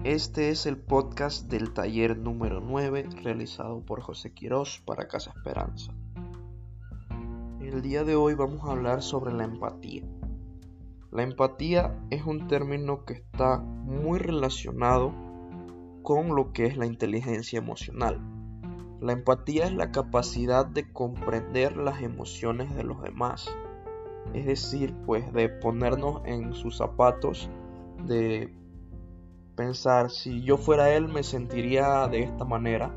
Este es el podcast del taller número 9 realizado por José Quirós para Casa Esperanza. El día de hoy vamos a hablar sobre la empatía. La empatía es un término que está muy relacionado con lo que es la inteligencia emocional. La empatía es la capacidad de comprender las emociones de los demás, es decir, pues de ponernos en sus zapatos, de pensar, si yo fuera él me sentiría de esta manera.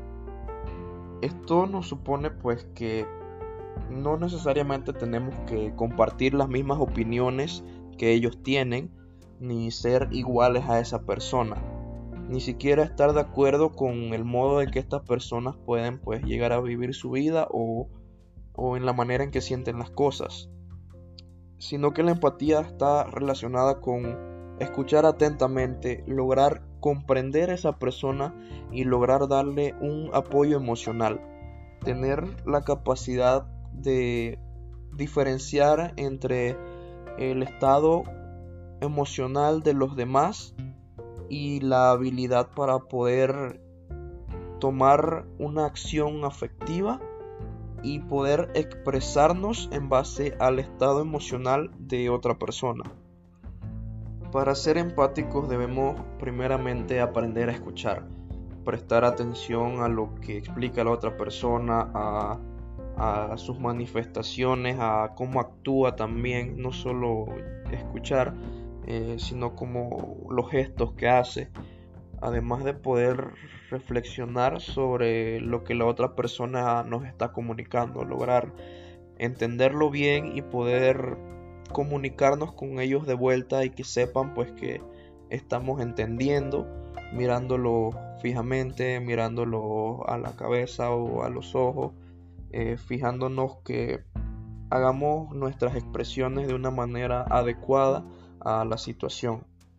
Esto nos supone pues que no necesariamente tenemos que compartir las mismas opiniones que ellos tienen, ni ser iguales a esa persona, ni siquiera estar de acuerdo con el modo en que estas personas pueden pues llegar a vivir su vida o en la manera en que sienten las cosas, sino que la empatía está relacionada con escuchar atentamente, lograr comprender a esa persona y lograr darle un apoyo emocional, tener la capacidad de diferenciar entre el estado emocional de los demás y la habilidad para poder tomar una acción afectiva y poder expresarnos en base al estado emocional de otra persona. Para ser empáticos debemos primeramente aprender a escuchar, prestar atención a lo que explica la otra persona, a sus manifestaciones, a cómo actúa también, no solo escuchar, sino como los gestos que hace, además de poder reflexionar sobre lo que la otra persona nos está comunicando, lograr entenderlo bien y poder comunicarnos con ellos de vuelta y que sepan pues que estamos entendiendo, mirándolo fijamente, mirándolo a la cabeza o a los ojos, fijándonos que hagamos nuestras expresiones de una manera adecuada a la situación.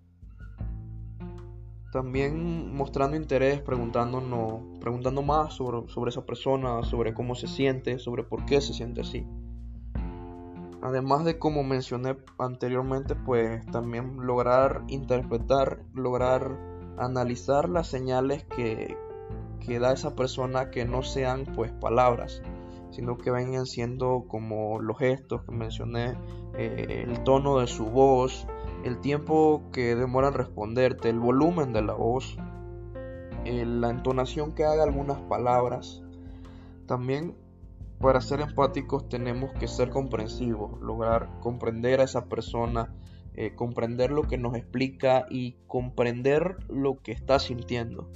También mostrando interés, preguntando más sobre esa persona, sobre cómo se siente, sobre por qué se siente así. Además de, como mencioné anteriormente, pues también lograr interpretar, lograr analizar las señales que da esa persona, que no sean pues palabras, sino que vengan siendo como los gestos que mencioné, el tono de su voz, el tiempo que demora en responderte, el volumen de la voz, la entonación que haga algunas palabras. También, para ser empáticos tenemos que ser comprensivos, lograr comprender a esa persona, comprender lo que nos explica y comprender lo que está sintiendo.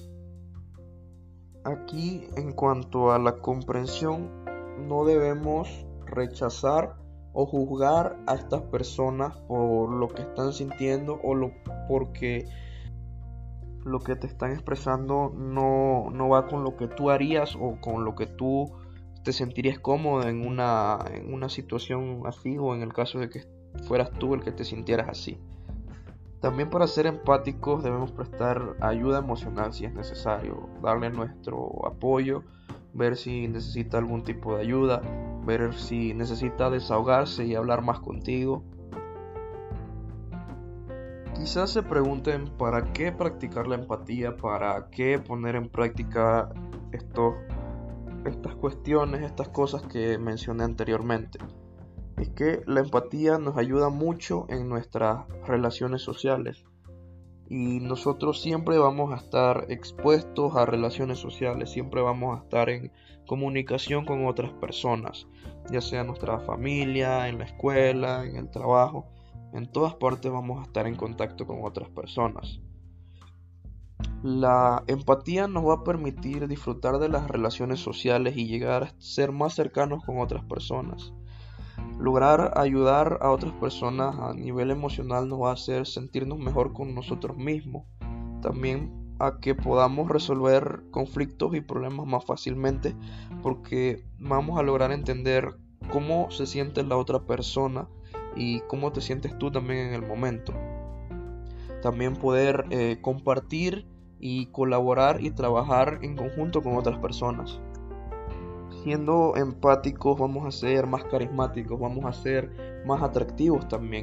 Aquí, en cuanto a la comprensión, no debemos rechazar o juzgar a estas personas por lo que están sintiendo porque lo que te están expresando no va con lo que tú harías o con lo que tú te sentirías cómodo en una situación así, o en el caso de que fueras tú el que te sintieras así. También, para ser empáticos debemos prestar ayuda emocional si es necesario, darle nuestro apoyo, ver si necesita algún tipo de ayuda, ver si necesita desahogarse y hablar más contigo. Quizás se pregunten para qué practicar la empatía, para qué poner en práctica estas cuestiones, estas cosas que mencioné anteriormente. Es que la empatía nos ayuda mucho en nuestras relaciones sociales y nosotros siempre vamos a estar expuestos a relaciones sociales, siempre vamos a estar en comunicación con otras personas, ya sea nuestra familia, en la escuela, en el trabajo, en todas partes vamos a estar en contacto con otras personas. La empatía nos va a permitir disfrutar de las relaciones sociales y llegar a ser más cercanos con otras personas. Lograr ayudar a otras personas a nivel emocional nos va a hacer sentirnos mejor con nosotros mismos. También a que podamos resolver conflictos y problemas más fácilmente, porque vamos a lograr entender cómo se siente la otra persona y cómo te sientes tú también en el momento. También poder compartir y colaborar y trabajar en conjunto con otras personas. Siendo empáticos vamos a ser más carismáticos, vamos a ser más atractivos también,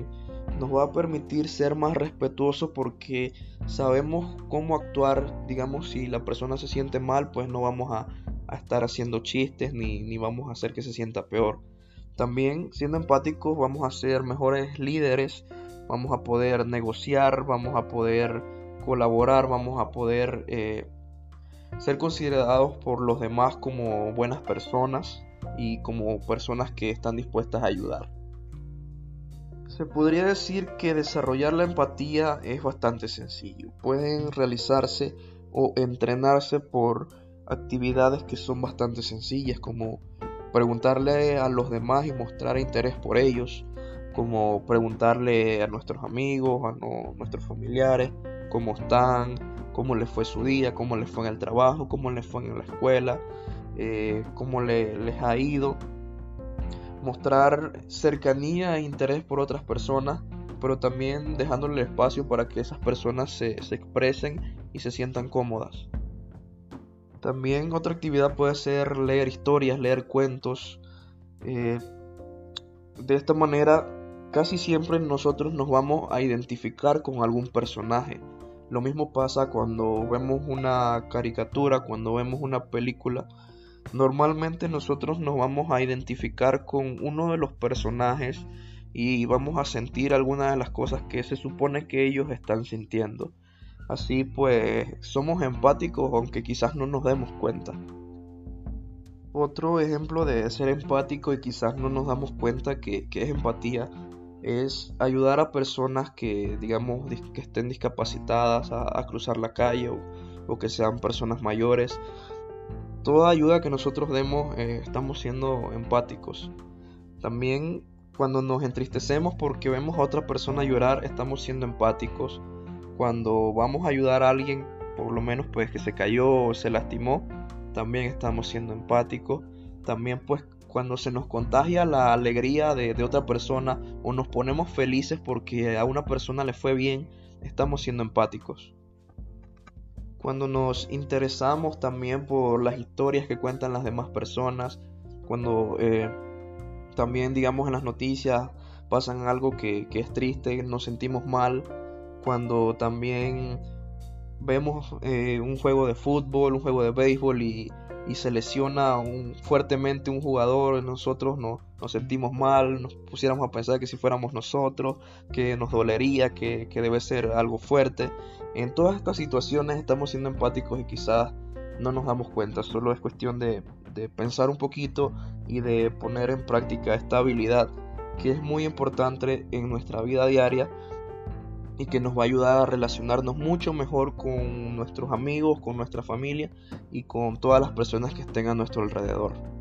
nos va a permitir ser más respetuosos porque sabemos cómo actuar. Digamos, si la persona se siente mal, pues no vamos a estar haciendo chistes ni vamos a hacer que se sienta peor. También, siendo empáticos, vamos a ser mejores líderes, vamos a poder negociar, vamos a poder colaborar, vamos a poder ser considerados por los demás como buenas personas y como personas que están dispuestas a ayudar. Se podría decir que desarrollar la empatía es bastante sencillo. Pueden realizarse o entrenarse por actividades que son bastante sencillas, como preguntarle a los demás y mostrar interés por ellos, como preguntarle a nuestros amigos, a nuestros familiares, cómo están, cómo les fue su día, cómo les fue en el trabajo, cómo les fue en la escuela, cómo les ha ido. Mostrar cercanía e interés por otras personas, pero también dejándole espacio para que esas personas se expresen y se sientan cómodas. También otra actividad puede ser leer historias, leer cuentos. De esta manera, casi siempre nosotros nos vamos a identificar con algún personaje. Lo mismo pasa cuando vemos una caricatura, cuando vemos una película. Normalmente nosotros nos vamos a identificar con uno de los personajes y vamos a sentir algunas de las cosas que se supone que ellos están sintiendo. Así pues, somos empáticos aunque quizás no nos demos cuenta. Otro ejemplo de ser empático y quizás no nos damos cuenta que es empatía es ayudar a personas que, digamos, que estén discapacitadas a cruzar la calle o que sean personas mayores. Toda ayuda que nosotros demos, estamos siendo empáticos. También cuando nos entristecemos porque vemos a otra persona llorar, estamos siendo empáticos. Cuando vamos a ayudar a alguien, por lo menos pues que se cayó o se lastimó, también estamos siendo empáticos. También pues cuando se nos contagia la alegría de otra persona o nos ponemos felices porque a una persona le fue bien, estamos siendo empáticos. Cuando nos interesamos también por las historias que cuentan las demás personas, cuando también, digamos, en las noticias pasan algo que es triste, nos sentimos mal, cuando también vemos un juego de fútbol, un juego de béisbol y se lesiona fuertemente un jugador, nosotros nos sentimos mal, nos pusiéramos a pensar que si fuéramos nosotros, que nos dolería, que debe ser algo fuerte. En todas estas situaciones estamos siendo empáticos y quizás no nos damos cuenta, solo es cuestión de pensar un poquito y de poner en práctica esta habilidad que es muy importante en nuestra vida diaria y que nos va a ayudar a relacionarnos mucho mejor con nuestros amigos, con nuestra familia y con todas las personas que estén a nuestro alrededor.